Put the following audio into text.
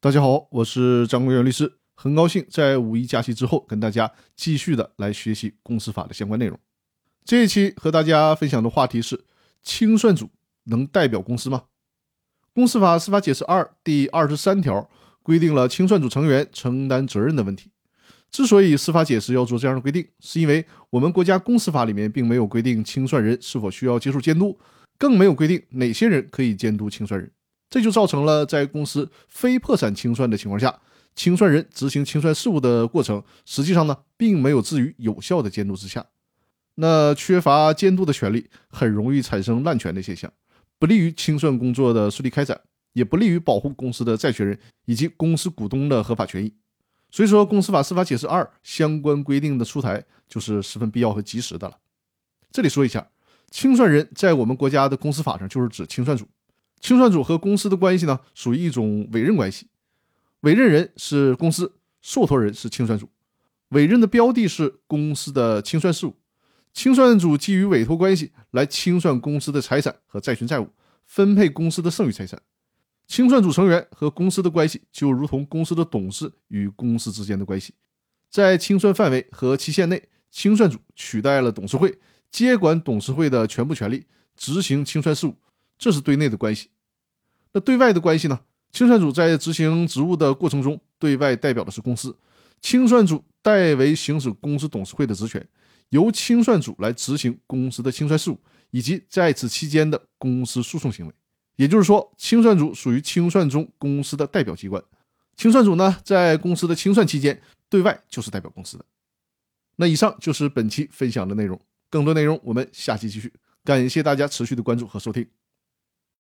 大家好，我是张国元律师，很高兴在五一假期之后跟大家继续的来学习公司法的相关内容。这一期和大家分享的话题是：清算组能代表公司吗？公司法司法解释2第23条规定了清算组成员承担责任的问题。之所以司法解释要做这样的规定，是因为我们国家公司法里面并没有规定清算人是否需要接受监督，更没有规定哪些人可以监督清算人。这就造成了在公司非破产清算的情况下，清算人执行清算事务的过程，实际上呢，并没有置于有效的监督之下。那缺乏监督的权利，很容易产生滥权的现象，不利于清算工作的顺利开展，也不利于保护公司的债权人以及公司股东的合法权益。所以说，公司法司法解释2相关规定的出台就是十分必要和及时的了。这里说一下，清算人在我们国家的公司法上就是指清算组。清算组和公司的关系呢，属于一种委任关系。委任人是公司，受托人是清算组。委任的标的是公司的清算事务，清算组基于委托关系来清算公司的财产和债权债务，分配公司的剩余财产。清算组成员和公司的关系就如同公司的董事与公司之间的关系。在清算范围和期限内，清算组取代了董事会，接管董事会的全部权利，执行清算事务，这是对内的关系。那对外的关系呢？清算组在执行职务的过程中，对外代表的是公司，清算组代为行使公司董事会的职权，由清算组来执行公司的清算事务以及在此期间的公司诉讼行为。也就是说，清算组属于清算中公司的代表机关。清算组呢，在公司的清算期间，对外就是代表公司的。那以上就是本期分享的内容，更多内容我们下期继续。感谢大家持续的关注和收听。